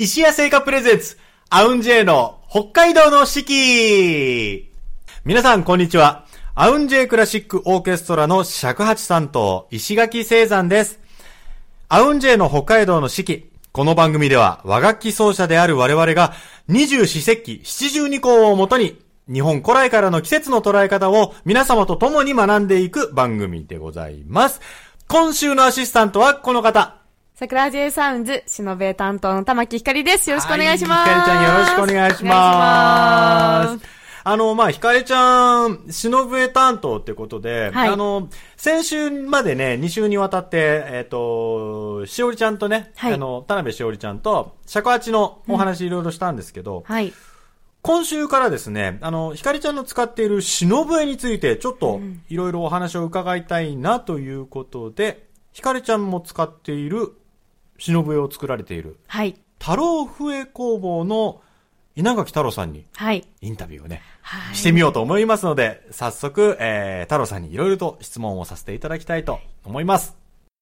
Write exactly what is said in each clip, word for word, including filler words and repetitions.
石屋製菓プレゼンツ、アウンジェイの北海道の四季。皆さん、こんにちは。アウンジェイクラシックオーケストラの尺八担当、石垣聖山です。アウンジェイの北海道の四季。この番組では、和楽器奏者である我々が、二十四節気七十二候をもとに、日本古来からの季節の捉え方を皆様と共に学んでいく番組でございます。今週のアシスタントはこの方。 桜 J サウンズ、しのべ担当の玉木ひかりです。よろしくお願いします。 ひかりちゃんよろしくお願いします。あの、まあ、ひかりちゃん、しのぶえ担当ってことで、はい、あの、先週までね、に週にわたって、えっ、ー、と、しおりちゃんとね、はい、あの、田辺しおりちゃんと、尺八のお話いろいろしたんですけど、うん、はい。今週からですね、あの、ひかりちゃんの使っているしのぶえについて、ちょっと、いろいろお話を伺いたいなということで、ひかりちゃんも使っている、しのぶえを作られている、はい。太郎笛工房の稲垣太郎さんに、はい。インタビューをね、はい、してみようと思いますので、早速、えー、太郎さんにいろいろと質問をさせていただきたいと思います。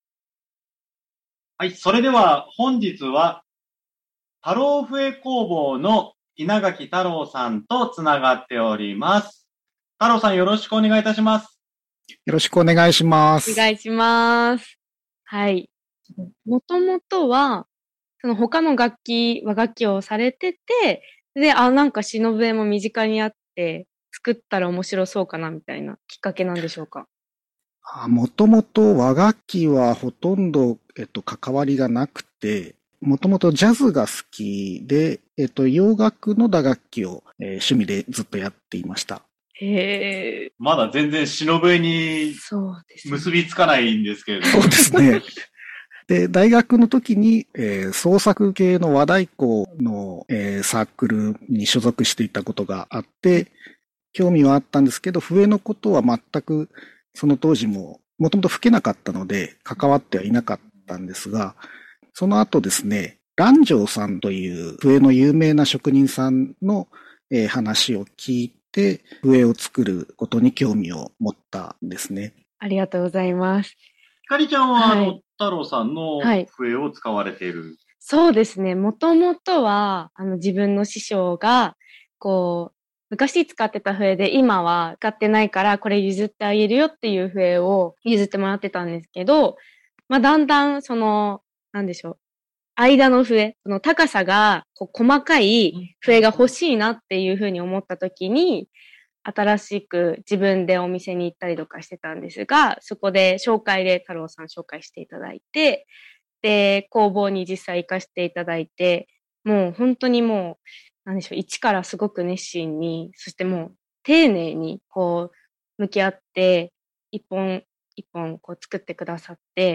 はい、それでは本日は、太郎笛工房の稲垣太郎さんとつながっております。太郎さんよろしくお願いいたします。 よろしくお願いします。 お願いします。はい。もともとは、その他の楽器、和楽器をされてて、で、あ、なんかしのぶえも身近にあって、作ったら面白そうかなみたいなきっかけなんでしょうか。 もともと和楽器はほとんど、えっと、関わりがなくて、もともとジャズが好きで、えっと、洋楽の打楽器を、えー、趣味でずっとやっていました。 へー。まだ全然しのぶえに結びつかないんですけれども。 そうですね。で、大学の時に、えー、創作系の和太鼓の、えー、サークルに所属していたことがあって、興味はあったんですけど、笛のことは全くその当時も、もともと吹けなかったので、関わってはいなかったんですが、その後ですね、蘭城さんという笛の有名な職人さんの、えー、話を聞いて、笛を作ることに興味を持ったんですね。 ありがとうございます。 ひかりちゃんは、はい、あの、太郎さんの笛を使われている、はい、 そうですね。もともとは、あの、自分の師匠が、こう、昔使ってた笛で、今は使ってないから、これ譲ってあげるよっていう笛を譲ってもらってたんですけど、まあ、だんだん、その、なんでしょう。間の笛、その高さが、こう、細かい笛が欲しいなっていうふうに思った時に、新しく自分でお店に行ったりとかしてたんですが、そこで紹介で太郎さん紹介していただいて、で、工房に実際行かせていただいて、もう本当にもう、なんでしょう、一からすごく熱心に、そしてもう丁寧にこう、向き合って、一本一本こう作ってくださって、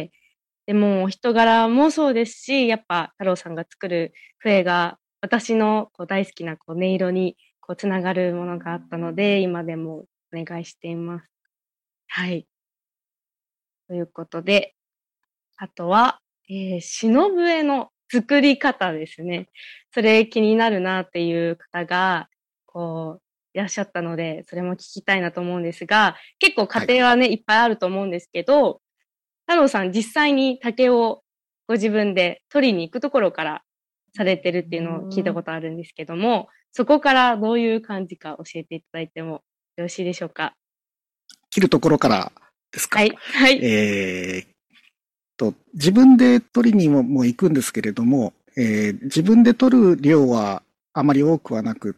で、もうお人柄もそうですし、やっぱ太郎さんが作る笛が私のこう大好きなこう音色にこうつながるものがあったので、今でもお願いしています。はい。ということで、あとは、えー、しのぶえの作り方ですね。それ気になるなっていう方が、こう、いらっしゃったので、それも聞きたいなと思うんですが、結構家庭はね、はい、いっぱいあると思うんですけど、太郎さん実際に竹をご自分で取りに行くところからされてるっていうのを聞いたことあるんですけども、そこからどういう感じか教えていただいてもよろしいでしょうか。 切るところからですか。 はい。はい。 えー、と、自分で取りにも、も行くんですけれども、えー、自分で取る量はあまり多くはなくって、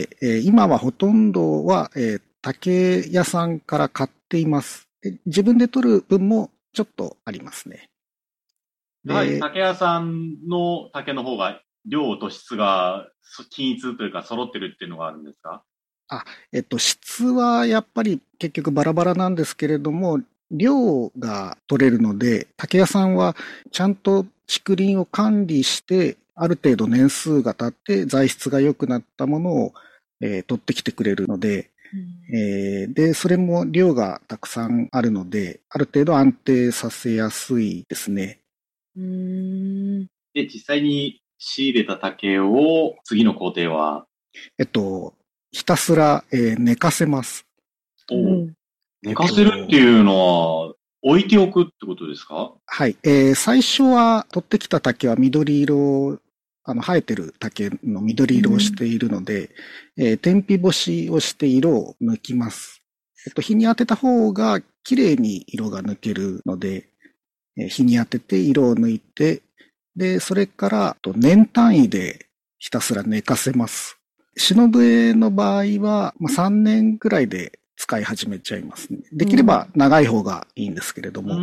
えー、今はほとんどは、えー、竹屋さんから買っています。自分で取る分もちょっとありますね。 はい、竹屋さんの竹の方が量と質が均一というか揃ってるっていうのがあるんですか？ あ、えっと、質はやっぱり結局バラバラなんですけれども、量が取れるので、竹屋さんはちゃんと竹林を管理して、ある程度年数が経って材質が良くなったものを、えー、取ってきてくれるので、うんえー、で、それも量がたくさんあるので、ある程度安定させやすいですね。 うーんで、実際に仕入れた竹を次の工程はえっと、ひたすら、えー、寝かせます。 おう寝かせるっていうのは置いておくってことですか？ はい。えー、最初は取ってきた竹は緑色あの、生えてる竹の緑色をしているので、うん、えー、天日干しをして色を抜きます。えっと、日に当てた方が綺麗に色が抜けるので、えー、日に当てて色を抜いて、で、それから、年単位でひたすら寝かせます。篠笛の場合は、まあ、さんねんぐらいで使い始めちゃいますね。できれば長い方がいいんですけれども。うん、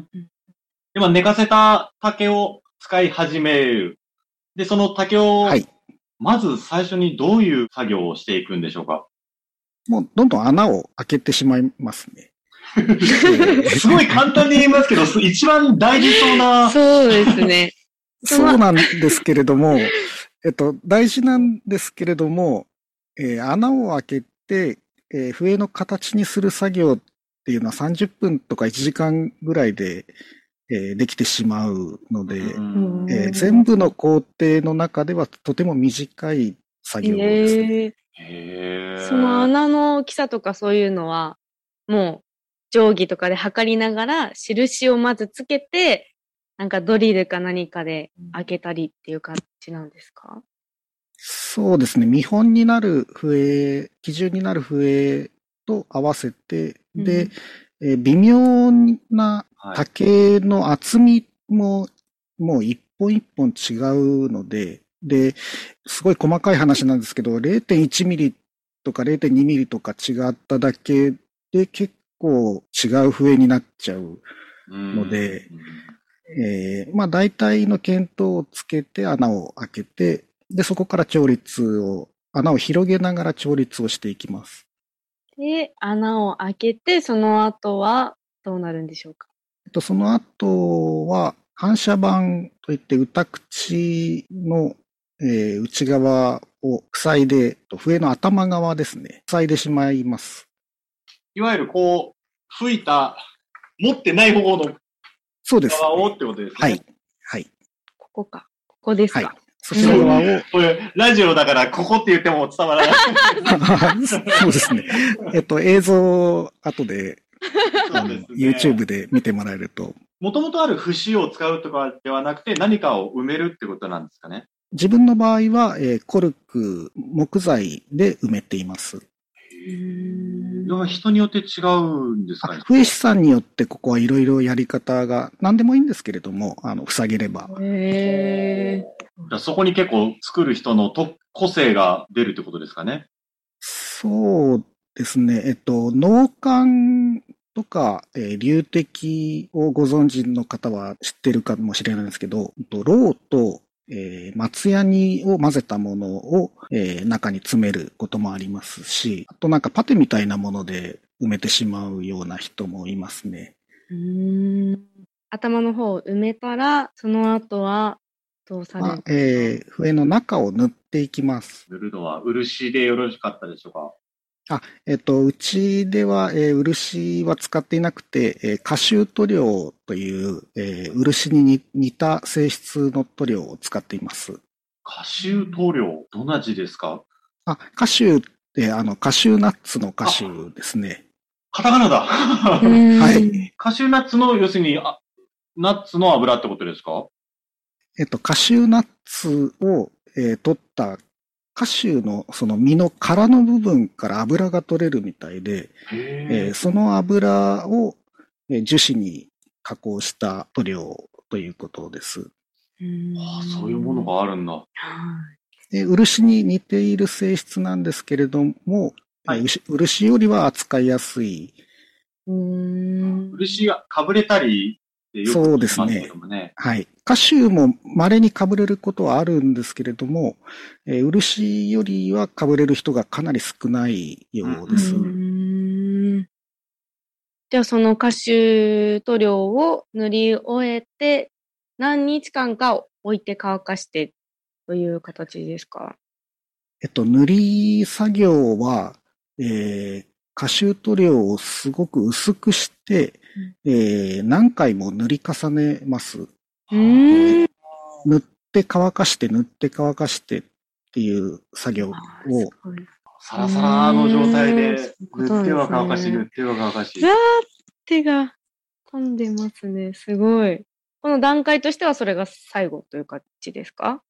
今寝かせた竹を使い始める。で、その竹を、はい、まず最初にどういう作業をしていくんでしょうか？ もうどんどん穴を開けてしまいますね。 すごい簡単に言いますけど、一番大事そうな。 そうですね。 そうなんですけれども、えっと、大事なんですけれども、えー、穴を開けて、えー、笛の形にする作業っていうのはさんじゅっぷんとかいちじかんぐらいで、えー、できてしまうので、えー、全部の工程の中ではとても短い作業ですね。 へー。その穴の大きさとかそういうのは、もう定規とかで測りながら印をまずつけて、なんかドリルか何かで開けたりっていう感じなんですか？ そうですね。見本になる笛、基準になる笛と合わせて、うん、で、えー、微妙な竹の厚みも、もう一本一本違うので、で、すごい細かい話なんですけど、れいてんいちミリとか れいてんにミリとか違っただけで結構違う笛になっちゃうので、うんえー、まあ大体の見当をつけて穴を開けて、で、そこから調律を、穴を広げながら調律をしていきます。 で、穴を開けて、その後はどうなるんでしょうか？ えっと、その後は、反射板といって歌口の、えー、内側を塞いで、笛の頭側ですね。塞いでしまいます。 いわゆるこう、吹いた、持ってない方のそうです、ね。 側をってことですね。 はい。はい。 ここか。ここですか。はい。 そちら側を。 これ、ラジオだからここって言っても伝わらない。 そうですね。えっと、映像、後で、あの、ね、YouTube で見てもらえると。 もともとある節を使うとかではなくて、何かを埋めるってことなんですかね？ 自分の場合は、えー、コルク、木材で埋めています。 へー。人によって違うんですかね？ 笛師さんによってここはいろいろやり方が何でもいいんですけれども、あの、塞げれば。 へー。そこに結構作る人のと個性が出るってことですかね？ そうですね。えっと、農管とか、えー、流滴をご存知の方は知ってるかもしれないんですけど、ロウと、えー、松ヤニを混ぜたものを、えー、中に詰めることもありますし、あとなんかパテみたいなもので埋めてしまうような人もいますね。 うーん。頭の方を埋めたら、その後はどうされるんですか？ えー、笛の中を塗っていきます。 塗るのは漆でよろしかったでしょうか？ あ、えっと、うちでは、えー、漆は使っていなくて、えー、過臭塗料という、えー、漆に似た性質の塗料を使っています。 過臭塗料、どんな字ですか？ あ、過臭って、あの、カシューナッツの過臭ですね。 カタカナだ。 はい。 カシューナッツの、要するに、あ、ナッツの油ってことですか？ えっと、カシューナッツを、えー、取ったカシューのその実の殻の部分から油が取れるみたいで、えー、その油を樹脂に加工した塗料ということです。 ああ、そういうものがあるんだ。 で、漆に似ている性質なんですけれども、はい、漆よりは扱いやすい。 うーん。 漆がかぶれたりってよく聞きますけどもね。 そうですね。はい。カシューも稀に被れることはあるんですけれども、えー、漆よりは被れる人がかなり少ないようです。 うーん。じゃあそのカシュー塗料を塗り終えて、何日間か置いて乾かしてという形ですか？ えっと、塗り作業は、えー、カシュー塗料をすごく薄くして、うんえー、何回も塗り重ねます。 うーん塗って乾かして塗って乾かしてっていう作業をサラサラの状態で塗っては乾かし塗っては乾かし。 うわー、手が込んでますね。すごい。この段階としてはそれが最後という感じですか？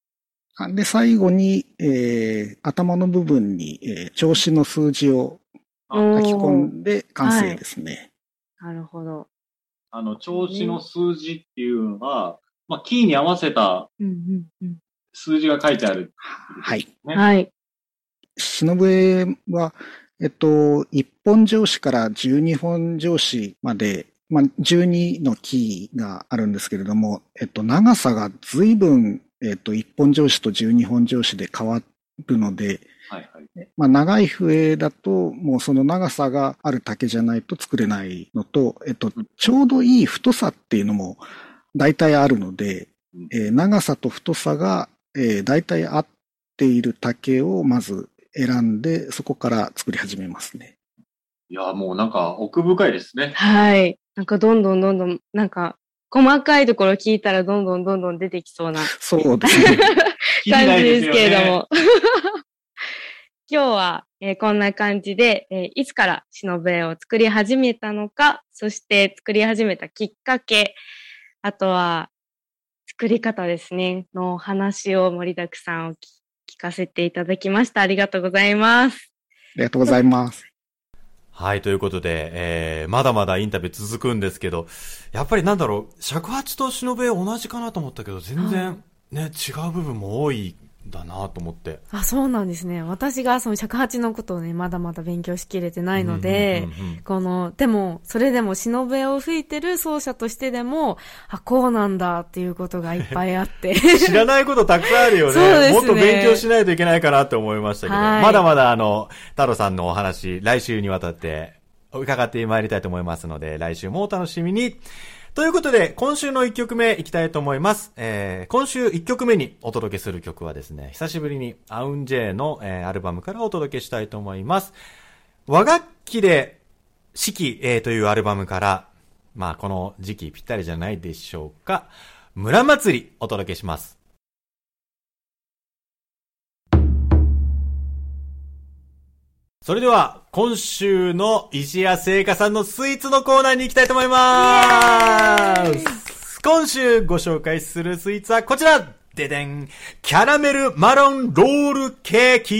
で、最後に、えー、頭の部分に、えー、調子の数字を書き込んで完成ですね。 はい、なるほど。 あの、調子の数字っていうのは、まあ、キーに合わせた数字が書いてある、ね。 はい。 はい。 篠笛は、えっと、いっぽん上司からじゅうにほん上司まで、まあ、じゅうにのキーがあるんですけれども、えっと、長さが随分、えっと、いっぽん上司とじゅうにほん上司で変わるので、はいはい、まあ、長い笛だと、もうその長さがある竹じゃないと作れないのと、えっと、ちょうどいい太さっていうのも大体あるので、えー、長さと太さが、えー、大体合っている竹をまず選んで、そこから作り始めますね。 いや、もうなんか奥深いですね。 はい。なんかどんどんどんどん、なんか細かいところ聞いたらどんどんどんどん出てきそうな。 そうですね。 感じですけれども。今日は、えー、こんな感じで、えー、いつから篠笛を作り始めたのか、そして作り始めたきっかけ、あとは作り方ですね、の話を盛りだくさんを聞かせていただきました。ありがとうございます。 ありがとうございます。 はい、ということで、えー、まだまだインタビュー続くんですけど、やっぱりなんだろう、尺八と篠笛同じかなと思ったけど、全然ね、違う部分も多いんだなと思って。 あ、そうなんですね。私がその尺八のことをね、まだまだ勉強しきれてないので、うんうんうんうん、この、でも、それでも篠笛を吹いてる奏者としてでも、あ、こうなんだっていうことがいっぱいあって。 知らないことたくさんあるよね。そうですね。もっと勉強しないといけないかなって思いましたけど、はい、まだまだあの、太郎さんのお話、来週にわたって伺ってまいりたいと思いますので、来週もお楽しみに。ということで、今週の一曲目いきたいと思います。えー、今週一曲目にお届けする曲はですね、久しぶりにアウンジェイの、えー、アルバムからお届けしたいと思います。和楽器で四季、えー、というアルバムから、まあこの時期ぴったりじゃないでしょうか。村祭りお届けします。それでは、今週の石谷製菓さんのスイーツのコーナーに行きたいと思います。今週ご紹介するスイーツはこちらででんキャラメルマロンロールケーキ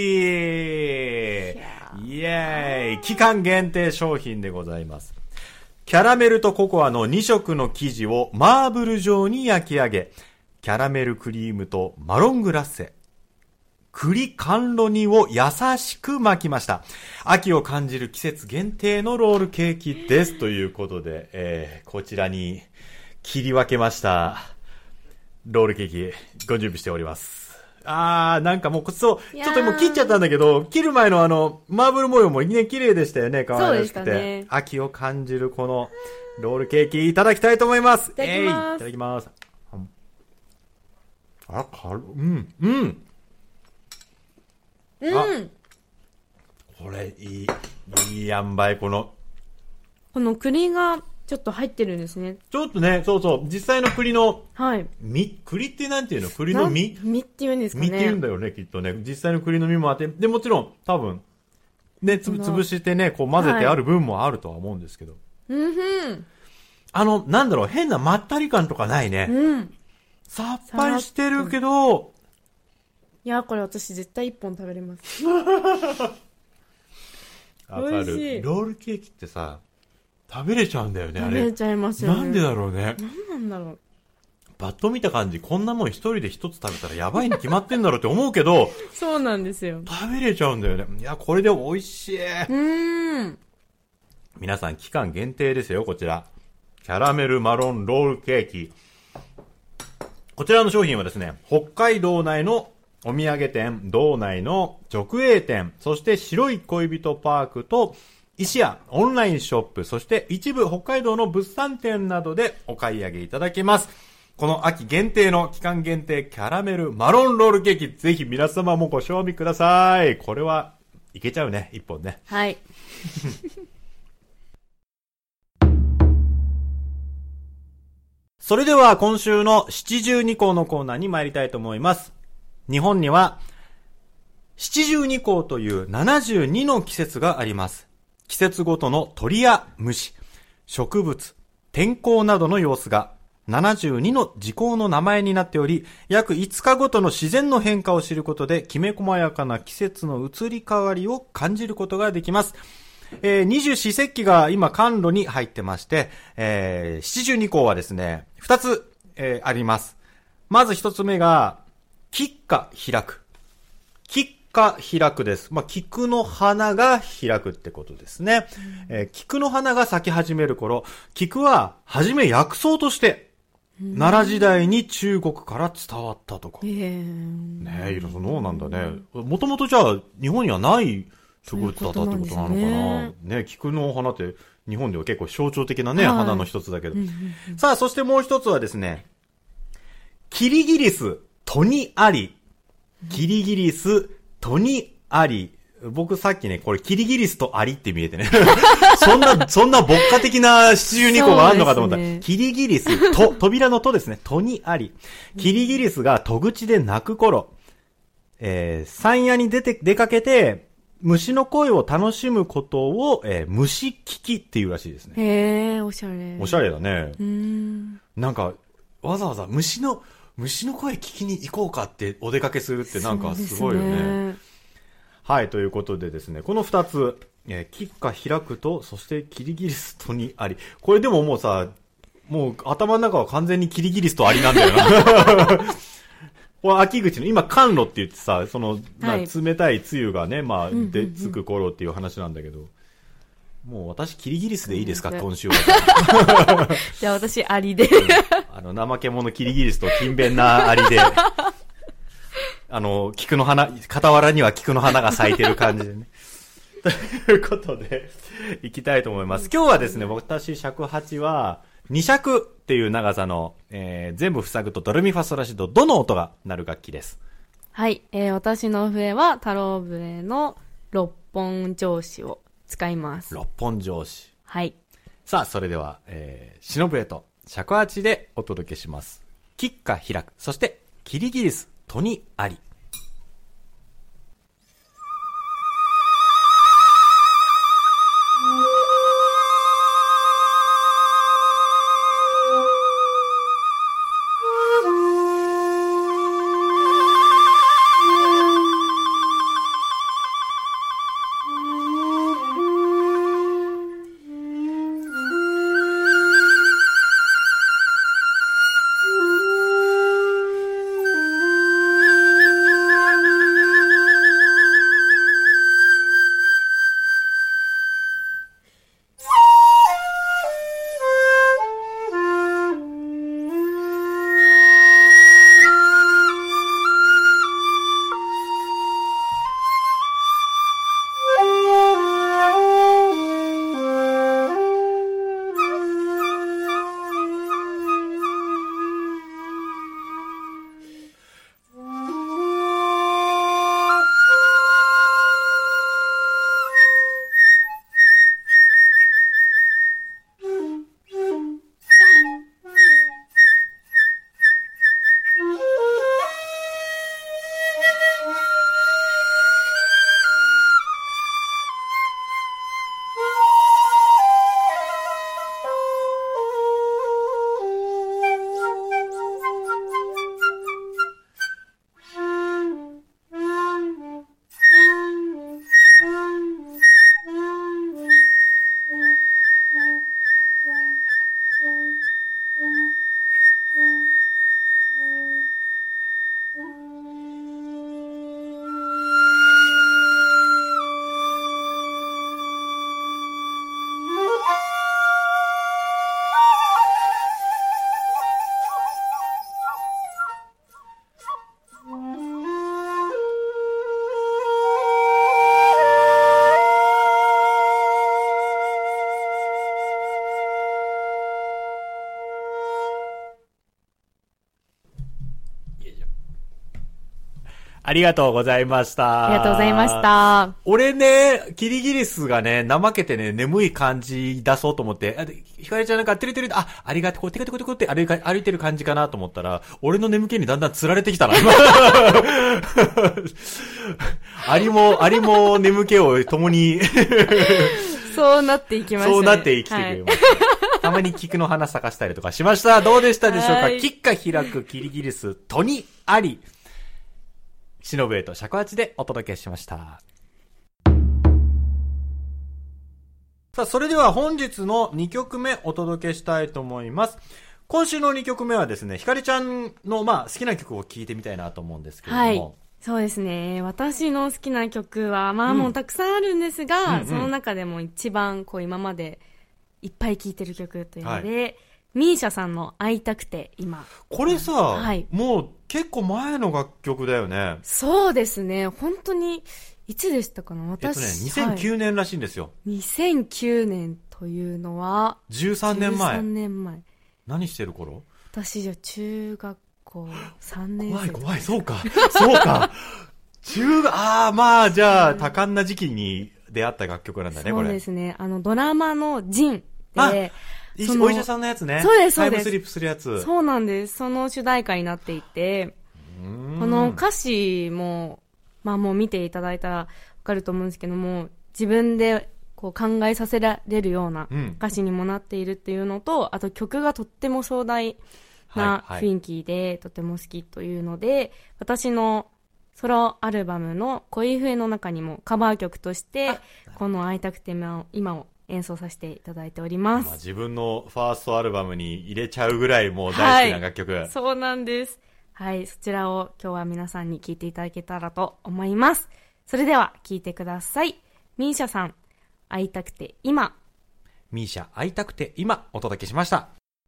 イエーイ期間限定商品でございます。キャラメルとココアのに色の生地をマーブル状に焼き上げ、キャラメルクリームとマロングラッセ、栗甘露煮を優しく巻きました。秋を感じる季節限定のロールケーキです。ということで、えー、こちらに切り分けましたロールケーキご準備しております。あー、なんかもうそう、ちょっともう切っちゃったんだけど、切る前のあの、マーブル模様もね、綺麗でしたよね、可愛らしくて。そうでしたね。秋を感じるこのロールケーキいただきたいと思います。 いただきます。 えー、いただきます。あ、軽、うん、うん。 うん。 これ、いい、いい塩梅、この。 この栗がちょっと入ってるんですね。 ちょっとね、そうそう、実際の栗の、 はい。 実、栗ってなんていうの？栗の実？ 実って言うんですかね。 実って言うんだよね、きっとね。実際の栗の実もあって、で、もちろん、多分、ね、つぶ、潰してね、こう混ぜてある分もあるとは思うんですけど。 うんふん。 あの、なんだろう、変なまったり感とかないね。 うん。 さっぱりしてるけど、 いや、これ私絶対一本食べれます。 わかる。ロールケーキってさ、食べれちゃうんだよね、あれ。 食べれちゃいますよね。 なんでだろうね。 なんなんだろう。 バッと見た感じ、こんなもん一人で一つ食べたらやばいに決まってんだろうって思うけど、 そうなんですよ。 食べれちゃうんだよね。いや、これで美味しい。うーん。 皆さん、期間限定ですよ、こちら。キャラメルマロンロールケーキ。こちらの商品はですね、北海道内のお土産店、道内の直営店、そして白い恋人パークと石屋オンラインショップ、そして一部北海道の物産展などでお買い上げいただけます。この秋限定の期間限定キャラメルマロンロールケーキ、ぜひ皆様もご賞味ください。これはいけちゃうね、一本ね。 はい。 それでは今週の七十二候のコーナーに参りたいと思います。日本には七十二候というななじゅうにの季節があります。季節ごとの鳥や虫、植物、天候などの様子がななじゅうにの時項の名前になっており、約いつかごとの自然の変化を知ることで、きめ細やかな季節の移り変わりを感じることができます。えー、二十四節気が今甘露に入ってまして、えー、七十二項はですね、二つ、えー、あります。まず一つ目が、菊花開く。菊花開くです。まあ、菊の花が開くってことですね。うんえー、菊の花が咲き始める頃、菊ははじめ薬草として、奈良時代に中国から伝わったとか。へーねえ、そうなんだね。もともとじゃあ、日本にはない植物だったってことなのかな。ね, ね菊の花って日本では結構象徴的なね、はい、花の一つだけど、うんうんうん。さあ、そしてもう一つはですね、キリギリス、トニアリ。キリギリス、トニアリ。僕さっきね、これキリギリスとアリって見えてね。そんな、そんな牧歌的な七十二項があるのかと思ったら、ね、キリギリス、と、扉のとですね、トニアリ。キリギリスが戸口で鳴く頃、えー、山野に出て、出かけて、虫の声を楽しむことを、えー、虫聞きっていうらしいですね。 へー、おしゃれ。 おしゃれだね。 うーんなんか、わざわざ虫の、虫の声聞きに行こうかってお出かけするってなんかすごいよね。はい、ということでですね、この二つ、えー、菊花開くと、そしてキリギリスとにアリ。これでももうさ、もう頭の中は完全にキリギリスとアリなんだよな。これ秋口の、今甘露って言ってさ、その、はい、冷たい梅雨がね、まあ、で、つく頃っていう話なんだけど、もう私キリギリスでいいですか、今週は。 じゃあ私アリで。 あの、怠け者キリギリスと勤勉なアリで。あの、菊の花、傍らには菊の花が咲いてる感じでね。ということで、行きたいと思います。今日はですね、私、尺八は、に尺っていう長さの、えー、全部塞ぐとドレミファソラシド、どの音が鳴る楽器です。 はい、えー、私の笛は、太郎笛の六本上子を使います。 六本上子。 はい。 さあ、それでは、えー、篠笛と尺八でお届けします。菊花開く、そして、キリギリス、トニアリ。ありがとうございました。 ありがとうございました。 俺ね、キリギリスがね、怠けてね、眠い感じ出そうと思って、あ、ひかりちゃんなんか、てるてる、あ、ありがとう、こう、てかてこてこって歩い歩いてる感じかなと思ったら、俺の眠気にだんだん釣られてきたな。アリも、アリも眠気を共に。 そうなっていきましたね。 そうなって生きてくれました。はいたまに菊の花咲かしたりとかしました。どうでしたでしょうか。 はい菊花開くキリギリス、トニあり。忍笛と尺八でお届けしました。さあ、それでは本日のにきょくめお届けしたいと思います。今週のにきょくめはですね、ひかりちゃんのまあ好きな曲を聴いてみたいなと思うんですけれども。はい。 そうですね。私の好きな曲は、まあもうたくさんあるんですが、うんうんうん、その中でも一番こう今までいっぱい聴いてる曲というので、はい、ミーシャさんの会いたくて今。 これさ、はい、もう結構前の楽曲だよね。 そうですね。本当に、いつでしたかな私。 えっとね、にせんきゅうねんらしいんですよ。はい、 にせんきゅうねんというのは、 じゅうさんねんまえ。 じゅうさんねんまえ。 何してる頃？ 私じゃ中学校さんねん生。 怖い怖い、そうか。そうか。中学、ああ、まあ、じゃあ、多感な時期に出会った楽曲なんだね、これ。 そうですね。あの、ドラマのジンで、 お医者さんのやつね。 そうです、そうです。 タイムスリップするやつ。 そうなんです。その主題歌になっていて、この歌詞も、まあもう見ていただいたらわかると思うんですけども、自分でこう考えさせられるような歌詞にもなっているっていうのと、うん、あと曲がとっても壮大な雰囲気でとても好きというので、はいはい、私のソロアルバムの恋笛の中にもカバー曲としてこの会いたくて今を演奏させていただいております。まあ、 自分のファーストアルバムに入れちゃうぐらいもう大好きな楽曲、 はい、そうなんです。はい、そちらを今日は皆さんに聴いていただけたらと思います。それでは聴いてください。ミーシャさん、会いたくて今。 ミーシャ会いたくて今お届けしました。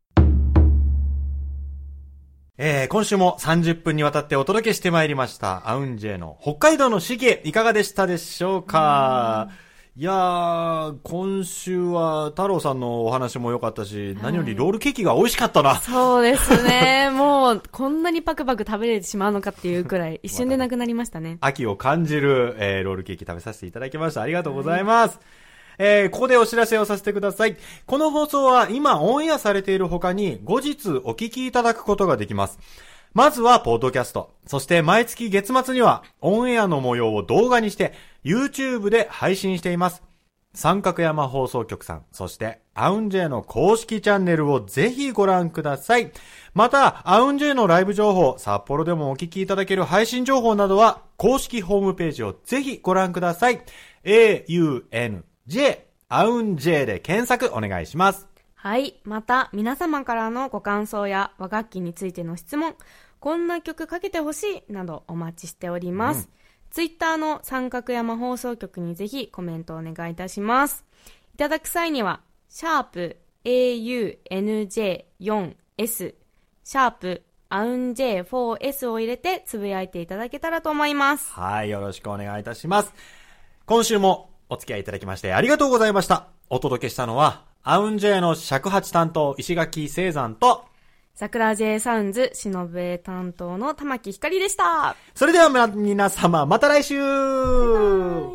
えー、今週もさんじゅっぷんにわたってお届けしてまいりましたアウンジェの北海道の四季、いかがでしたでしょうか。いやー、今週は太郎さんのお話も良かったし、はい、何よりロールケーキが美味しかったな。 そうですね。もうこんなにパクパク食べれてしまうのかっていうくらい一瞬でなくなりましたね。 秋を感じる、えー、ロールケーキ食べさせていただきました。ありがとうございます。はい、えー、ここでお知らせをさせてください。この放送は今オンエアされている他に後日お聞きいただくことができます。まずはポッドキャスト。そして毎月月末にはオンエアの模様を動画にして YouTube で配信しています。三角山放送局さん、そしてアウンジェの公式チャンネルをぜひご覧ください。また、アウンジェのライブ情報、札幌でもお聞きいただける配信情報などは公式ホームページをぜひご覧ください。エーユーエヌジェー アウンジェで検索お願いします。 はい。また、皆様からのご感想や和楽器についての質問、こんな曲かけてほしいなどお待ちしております。うん、ツイッターの三角山放送局にぜひコメントをお願いいたします。いただく際には、シャープ エーユーエヌジェーフォーエス、シャープアウンジェーフォーエスを入れてつぶやいていただけたらと思います。 はい。よろしくお願いいたします。今週もお付き合いいただきましてありがとうございました。お届けしたのは、アウンジェの尺八担当、石垣聖山と、 桜 J サウンズ、忍笛担当の玉木ひかりでした。 それでは皆様、また来週。バイバイ。